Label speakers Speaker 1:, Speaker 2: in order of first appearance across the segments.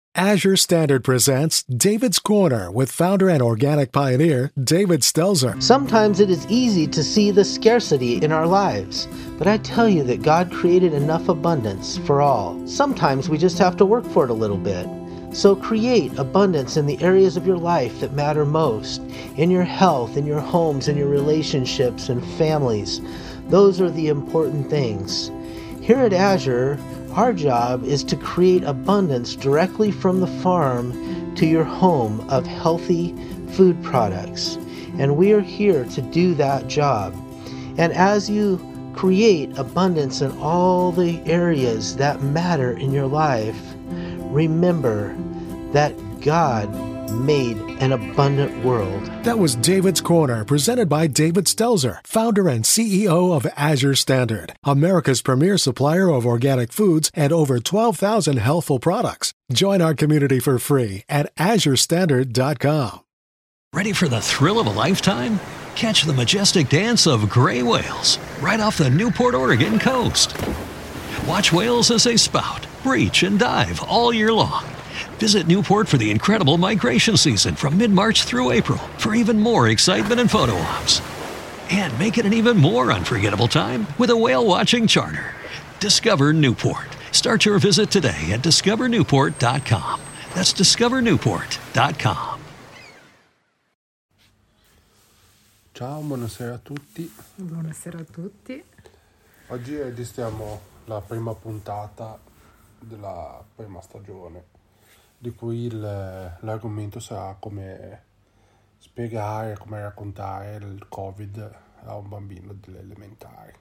Speaker 1: Azure Standard presents David's Corner with founder and organic pioneer David Stelzer.
Speaker 2: Sometimes it is easy to see the scarcity in our lives, but I tell you that God created enough abundance for all. Sometimes we just have to work for it a little bit. So create abundance in the areas of your life that matter most, in your health, in your homes, in your relationships and families. Those are the important things. Here at Azure, our job is to create abundance directly from the farm to your home of healthy food products. And we are here to do that job. And as you create abundance in all the areas that matter in your life, remember that God made an abundant world.
Speaker 1: That was David's Corner, presented by David Stelzer, founder and CEO of Azure Standard, America's premier supplier of organic foods and over 12,000 healthful products. Join our community for free at azurestandard.com.
Speaker 3: Ready for the thrill of a lifetime? Catch the majestic dance of gray whales right off the Newport, Oregon coast. Watch whales as they spout, breach, and dive all year long. Visit Newport for the incredible migration season from mid-March through April for even more excitement and photo ops. And make it an even more unforgettable time with a whale-watching charter. Discover Newport. Start your visit today at discovernewport.com. That's discovernewport.com.
Speaker 4: Ciao, buonasera a tutti.
Speaker 5: Buonasera a tutti.
Speaker 4: Oggi registriamo la prima puntata della prima stagione, di cui l'argomento sarà come spiegare, come raccontare il Covid a un bambino delle elementari.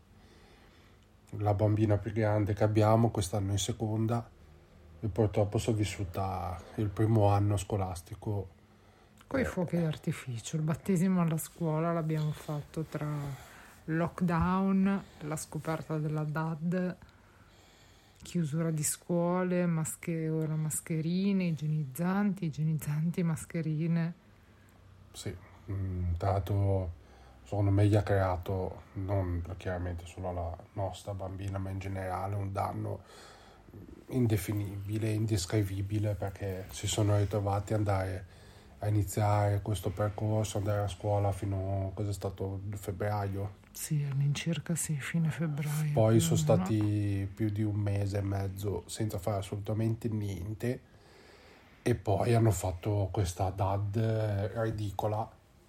Speaker 4: La bambina più grande che abbiamo quest'anno in seconda e purtroppo sopravvissuta il primo anno scolastico.
Speaker 5: Coi fuochi d'artificio, il battesimo alla scuola l'abbiamo fatto tra lockdown, la scoperta della DAD, chiusura di scuole, ora mascherine, igienizzanti, mascherine.
Speaker 4: Sì, tra l'altro secondo me gli ha creato, non chiaramente solo alla nostra bambina, ma in generale un danno indefinibile, indescrivibile, perché si sono ritrovati a iniziare questo percorso, andare a scuola fino a cosa è stato febbraio.
Speaker 5: Sì, all'incirca sì, fine febbraio.
Speaker 4: Poi sono stati più di un mese e mezzo senza fare assolutamente niente e poi hanno fatto questa DAD ridicola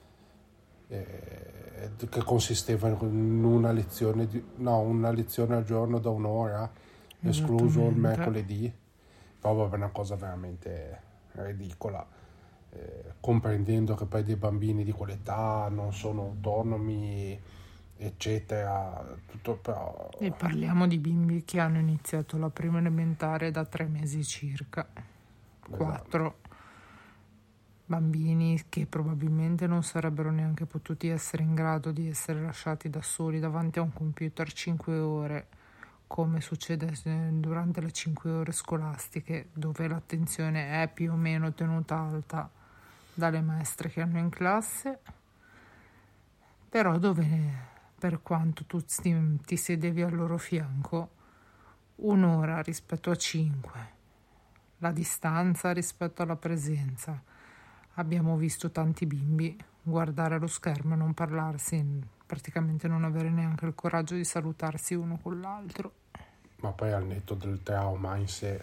Speaker 4: che consisteva in una lezione al giorno da un'ora, escluso il mercoledì. Proprio per una cosa veramente ridicola, comprendendo che poi dei bambini di quell'età non sono autonomi, eccetera, tutto. Però
Speaker 5: E parliamo di bimbi che hanno iniziato la prima elementare da 3 mesi circa. 4 bambini che probabilmente non sarebbero neanche potuti essere in grado di essere lasciati da soli davanti a un computer 5 ore, come succede durante le 5 ore scolastiche, dove l'attenzione è più o meno tenuta alta dalle maestre che hanno in classe, però dove, per quanto tu ti sedevi al loro fianco, 1 ora rispetto a 5, la distanza rispetto alla presenza. Abbiamo visto tanti bimbi guardare lo schermo e non parlarsi, praticamente non avere neanche il coraggio di salutarsi uno con l'altro.
Speaker 4: Ma poi al netto del trauma in sé,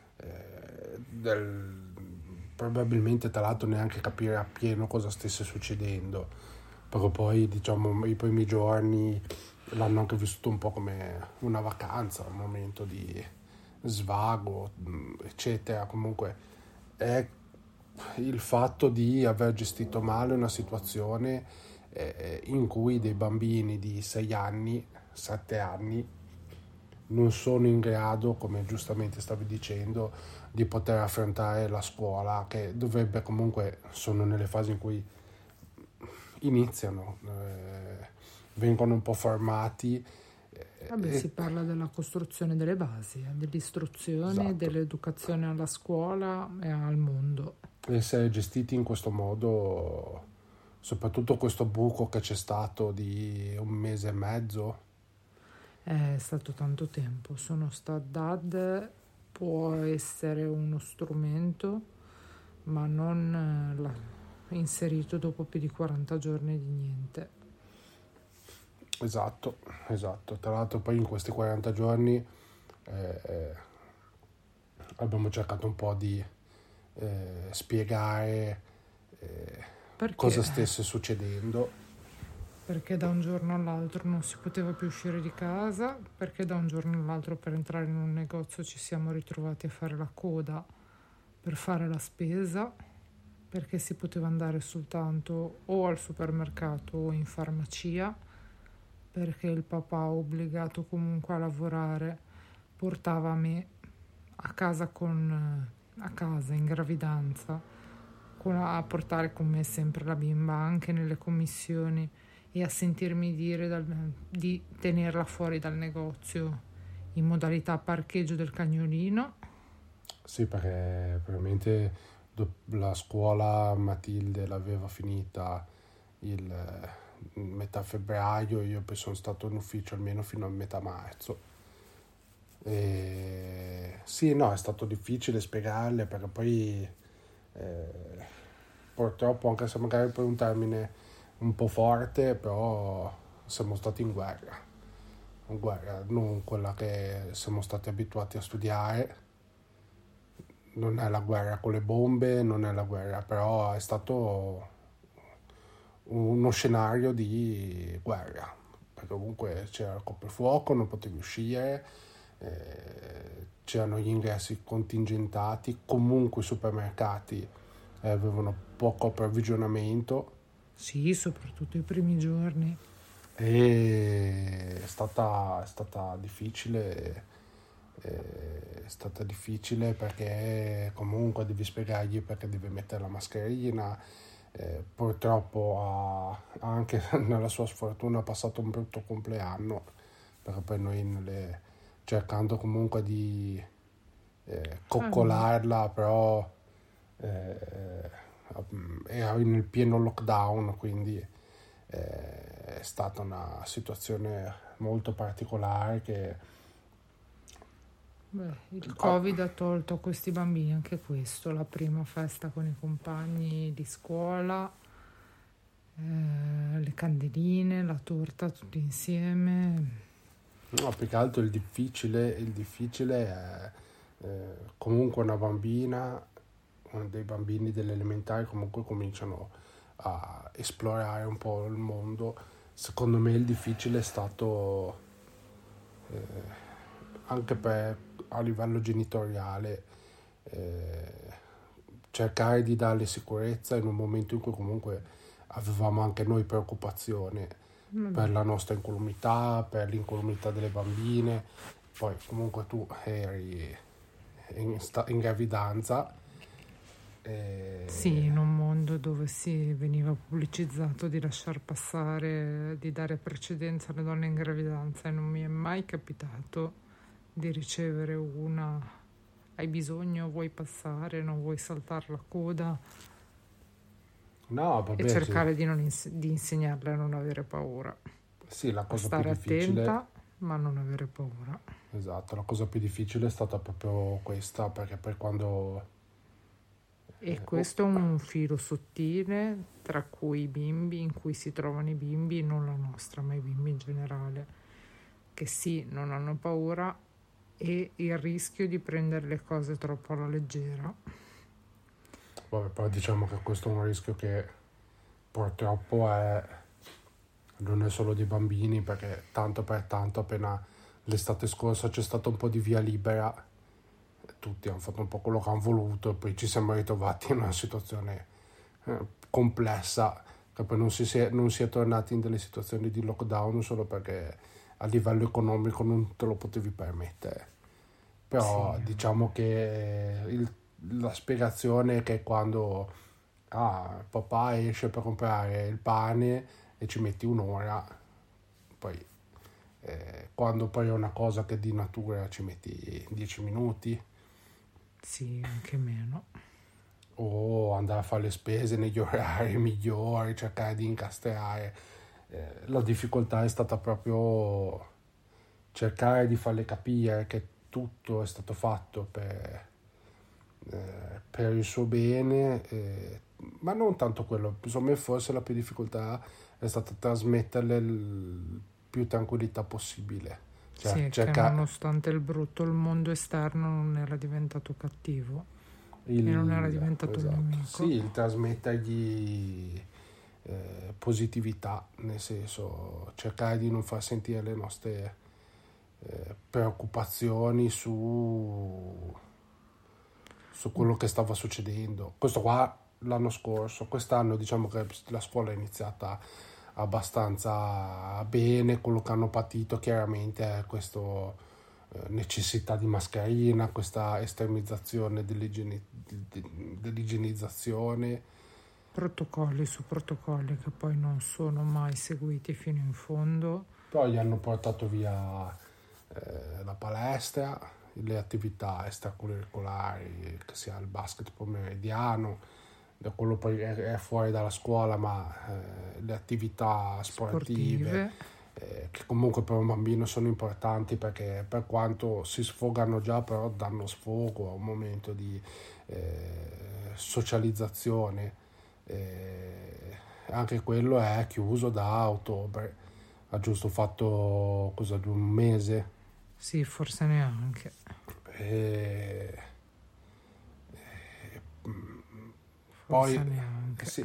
Speaker 4: probabilmente tra l'altro neanche capire appieno cosa stesse succedendo, però poi diciamo i primi giorni l'hanno anche vissuto un po' come una vacanza, un momento di svago, eccetera. Comunque è il fatto di aver gestito male una situazione in cui dei bambini di 6 anni, 7 anni non sono in grado, come giustamente stavi dicendo, di poter affrontare la scuola, che dovrebbe comunque, sono nelle fasi in cui iniziano, vengono un po' formati.
Speaker 5: Si parla della costruzione delle basi, dell'istruzione,
Speaker 4: Esatto.
Speaker 5: Dell'educazione alla scuola e al mondo.
Speaker 4: Essere gestiti in questo modo, soprattutto questo buco che c'è stato di 1 mese e mezzo.
Speaker 5: È stato tanto tempo. Sono stata DAD può essere uno strumento, ma non inserito dopo più di 40 giorni di niente.
Speaker 4: Esatto. Tra l'altro poi in questi 40 giorni abbiamo cercato un po' di spiegare cosa stesse succedendo.
Speaker 5: Perché da un giorno all'altro non si poteva più uscire di casa, perché da un giorno all'altro per entrare in un negozio ci siamo ritrovati a fare la coda per fare la spesa, perché si poteva andare soltanto o al supermercato o in farmacia, perché il papà, obbligato comunque a lavorare, portava me a casa in gravidanza, a portare con me sempre la bimba anche nelle commissioni e a sentirmi dire di tenerla fuori dal negozio in modalità parcheggio del cagnolino.
Speaker 4: Sì, perché probabilmente la scuola Matilde l'aveva finita il metà febbraio, io poi sono stato in ufficio almeno fino a metà marzo. Sì, no, è stato difficile spiegarle, perché poi purtroppo, anche se magari per un termine un po' forte, però siamo stati in guerra, non quella che siamo stati abituati a studiare. Non è la guerra con le bombe, non è la guerra, però è stato uno scenario di guerra, perché comunque c'era il coprifuoco, non potevi uscire, c'erano gli ingressi contingentati, comunque i supermercati avevano poco approvvigionamento.
Speaker 5: Sì, soprattutto i primi giorni.
Speaker 4: E è stata difficile. È stata difficile perché comunque devi spiegargli perché deve mettere la mascherina. Purtroppo ha anche nella sua sfortuna ha passato un brutto compleanno, perché poi noi cercando comunque di coccolarla, però era nel pieno lockdown, quindi è stata una situazione molto particolare che
Speaker 5: il Covid ha tolto a questi bambini anche questo, la prima festa con i compagni di scuola, le candeline, la torta tutti insieme.
Speaker 4: No, più che altro il difficile è comunque una bambina, dei bambini delle elementari comunque cominciano a esplorare un po' il mondo. Secondo me il difficile è stato anche a livello genitoriale cercare di darle sicurezza in un momento in cui comunque avevamo anche noi preoccupazione per la nostra incolumità, per l'incolumità delle bambine. Poi comunque tu eri in gravidanza.
Speaker 5: Sì, in un mondo dove si veniva pubblicizzato di lasciar passare, di dare precedenza alle donne in gravidanza, e non mi è mai capitato di ricevere hai bisogno, vuoi passare, non vuoi saltare la coda.
Speaker 4: No, vabbè,
Speaker 5: e cercare di insegnarle a non avere paura.
Speaker 4: Sì, la cosa
Speaker 5: stare
Speaker 4: più difficile,
Speaker 5: attenta, ma non avere paura.
Speaker 4: Esatto, la cosa più difficile è stata proprio questa, perché poi quando...
Speaker 5: E questo è un filo sottile tra cui i bimbi, in cui si trovano i bimbi, non la nostra, ma i bimbi in generale, che sì, non hanno paura, e il rischio di prendere le cose troppo alla leggera.
Speaker 4: Vabbè, però diciamo che questo è un rischio che purtroppo non è solo dei bambini, perché tanto per tanto appena l'estate scorsa c'è stato un po' di via libera, tutti hanno fatto un po' quello che hanno voluto e poi ci siamo ritrovati in una situazione complessa, che poi non si è tornati in delle situazioni di lockdown solo perché a livello economico non te lo potevi permettere. Però sì, diciamo che la spiegazione è che quando papà esce per comprare il pane e ci metti un'ora, poi quando poi è una cosa che di natura ci metti 10 minuti.
Speaker 5: Sì, anche meno.
Speaker 4: O andare a fare le spese negli orari migliori, cercare di incastrare. La difficoltà è stata proprio cercare di farle capire che tutto è stato fatto per il suo bene, ma non tanto quello, insomma forse la più difficoltà è stata trasmetterle più tranquillità possibile.
Speaker 5: Sì, che nonostante il brutto, il mondo esterno non era diventato cattivo e non era diventato
Speaker 4: esatto,
Speaker 5: nemico.
Speaker 4: sì, il trasmettergli positività, nel senso cercare di non far sentire le nostre preoccupazioni su quello che stava succedendo. Questo qua l'anno scorso, quest'anno diciamo che la scuola è iniziata abbastanza bene. Quello che hanno patito chiaramente è questa necessità di mascherina, questa estremizzazione dell'igienizzazione,
Speaker 5: Protocolli su protocolli che poi non sono mai seguiti fino in fondo.
Speaker 4: poi hanno portato via la palestra, le attività extracurricolari, che sia il basket pomeridiano, quello poi è fuori dalla scuola, ma le attività sportive. Che comunque per un bambino sono importanti, perché per quanto si sfogano già, però danno sfogo a un momento di socializzazione. Anche quello è chiuso da ottobre, ha giusto fatto di un mese.
Speaker 5: Sì, forse neanche.
Speaker 4: Poi
Speaker 5: neanche.
Speaker 4: sì,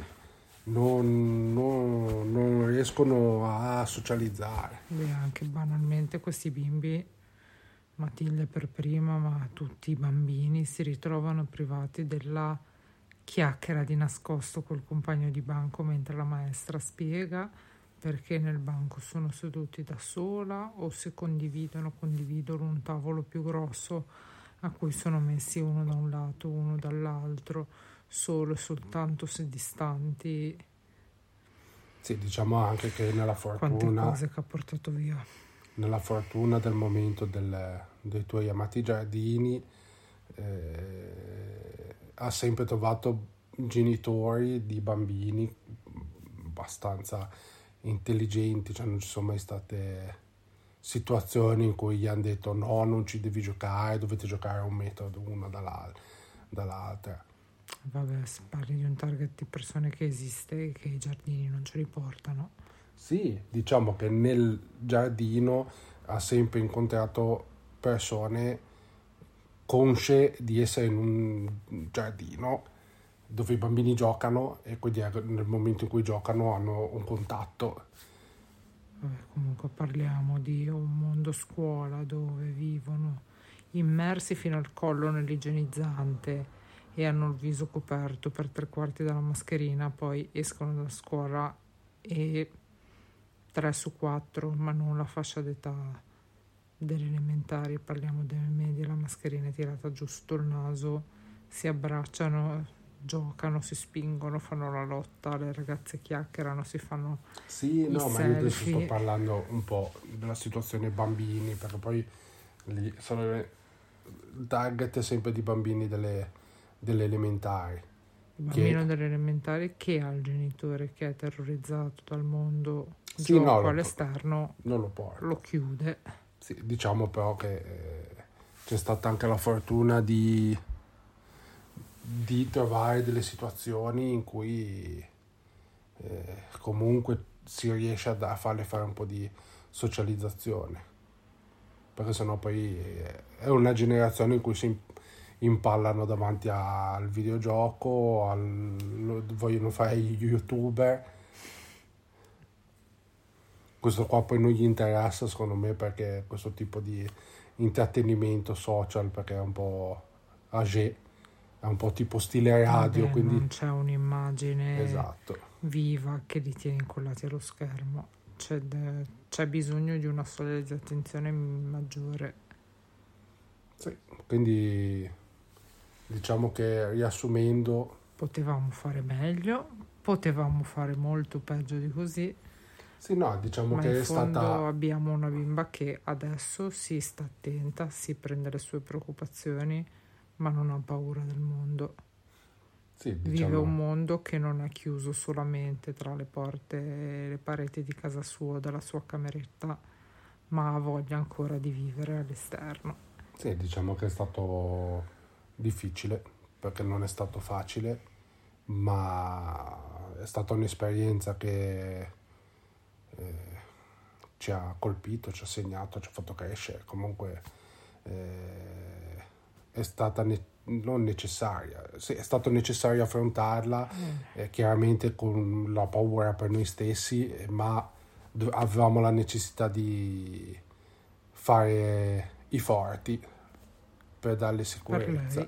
Speaker 4: non riescono a socializzare.
Speaker 5: Beh, anche banalmente questi bimbi, Matilde per prima, ma tutti i bambini si ritrovano privati della chiacchiera di nascosto col compagno di banco mentre la maestra spiega, perché nel banco sono seduti da sola o se condividono un tavolo più grosso a cui sono messi uno da un lato, uno dall'altro, solo e soltanto se distanti.
Speaker 4: Sì, diciamo anche che nella
Speaker 5: Quante
Speaker 4: fortuna,
Speaker 5: cose che ha portato via.
Speaker 4: nella fortuna del momento dei tuoi amati giardini, ha sempre trovato genitori di bambini abbastanza intelligenti, cioè non ci sono mai state situazioni in cui gli hanno detto no, non ci devi giocare, dovete giocare a 1 metro l'una dall'altra.
Speaker 5: Vabbè, si parli di un target di persone che esiste e che i giardini non ce li portano.
Speaker 4: Sì, diciamo che nel giardino ha sempre incontrato persone consce di essere in un giardino dove i bambini giocano, e quindi nel momento in cui giocano hanno un contatto.
Speaker 5: Vabbè, comunque parliamo di un mondo scuola dove vivono immersi fino al collo nell'igienizzante e hanno il viso coperto per 3/4 dalla mascherina, poi escono da scuola e 3 su 4, ma non la fascia d'età delle elementari, parliamo delle medie, la mascherina è tirata giù sotto il naso, si abbracciano, giocano, si spingono, fanno la lotta, le ragazze chiacchierano, si fanno
Speaker 4: Sì,
Speaker 5: i
Speaker 4: no, ma io adesso
Speaker 5: selfie.
Speaker 4: sto parlando un po' della situazione bambini, perché poi lì sono il target è sempre di bambini delle elementari.
Speaker 5: Il bambino delle elementari che ha il genitore che è terrorizzato dal mondo
Speaker 4: Sì,
Speaker 5: gioco
Speaker 4: no,
Speaker 5: all'esterno,
Speaker 4: non lo porta.
Speaker 5: lo chiude.
Speaker 4: Sì, diciamo però che c'è stata anche la fortuna di trovare delle situazioni in cui comunque si riesce a farle fare un po' di socializzazione, perché sennò poi è una generazione in cui si impallano davanti al videogioco, vogliono fare gli youtuber. Questo qua poi non gli interessa, secondo me, perché questo tipo di intrattenimento social, perché è un po' âgé, è un po' tipo stile radio.
Speaker 5: Vabbè,
Speaker 4: quindi
Speaker 5: non c'è un'immagine
Speaker 4: esatto.
Speaker 5: viva che li tiene incollati allo schermo, c'è bisogno di una soglia di attenzione maggiore.
Speaker 4: Sì, quindi diciamo che riassumendo,
Speaker 5: Potevamo fare meglio, potevamo fare molto peggio di così,
Speaker 4: sì, no, diciamo
Speaker 5: ma
Speaker 4: che
Speaker 5: in
Speaker 4: è
Speaker 5: fondo
Speaker 4: stata,
Speaker 5: abbiamo una bimba che adesso si sta attenta, si prende le sue preoccupazioni, ma non ha paura del mondo.
Speaker 4: sì,
Speaker 5: Vive
Speaker 4: diciamo,
Speaker 5: un mondo che non è chiuso solamente tra le porte e le pareti di casa sua, della sua cameretta, ma ha voglia ancora di vivere all'esterno.
Speaker 4: Sì, diciamo che è stato difficile, perché non è stato facile, ma è stata un'esperienza che ci ha colpito, ci ha segnato, ci ha fatto crescere. Comunque è stata non necessaria, sì, è stato necessario affrontarla, chiaramente con la paura per noi stessi, ma avevamo la necessità di fare i forti per darle sicurezza.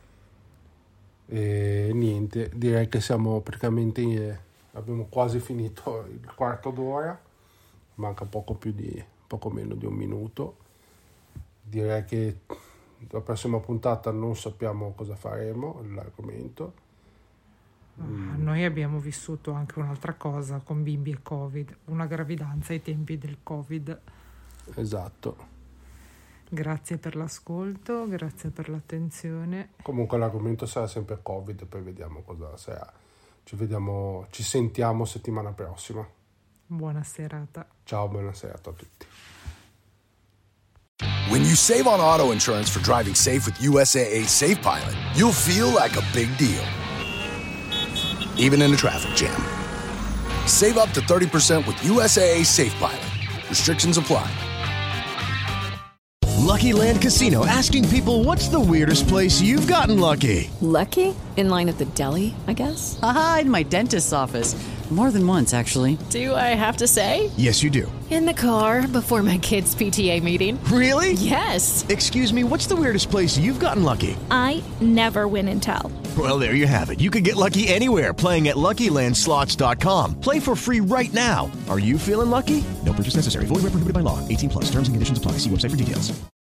Speaker 4: E niente, direi che siamo praticamente, abbiamo quasi finito il quarto d'ora, manca poco meno di un minuto. Direi che la prossima puntata non sappiamo cosa faremo, l'argomento.
Speaker 5: Noi abbiamo vissuto anche un'altra cosa con bimbi e Covid, una gravidanza ai tempi del Covid.
Speaker 4: Esatto.
Speaker 5: Grazie per l'ascolto, grazie per l'attenzione.
Speaker 4: Comunque l'argomento sarà sempre Covid, poi vediamo cosa sarà. Ci sentiamo settimana prossima.
Speaker 5: Buona serata.
Speaker 4: Ciao, buona serata a tutti.
Speaker 6: When you save on auto insurance for driving safe with USAA Safe Pilot, you'll feel like a big deal, even in a traffic jam. Save up to 30% with USAA Safe Pilot. Restrictions apply.
Speaker 7: Lucky Land Casino, asking people, what's the weirdest place you've gotten lucky?
Speaker 8: Lucky? In line at the deli, I guess?
Speaker 9: Aha, in my dentist's office. More than once, actually.
Speaker 8: Do I have to say?
Speaker 7: Yes, you do.
Speaker 8: In the car before my kids' PTA meeting.
Speaker 7: Really?
Speaker 8: Yes.
Speaker 7: Excuse me, what's the weirdest place you've gotten lucky?
Speaker 10: I never win and tell.
Speaker 7: Well, there you have it. You can get lucky anywhere, playing at LuckyLandSlots.com. Play for free right now. Are you feeling lucky? No purchase necessary. Void where prohibited by law. 18+. Terms and conditions apply. See website for details.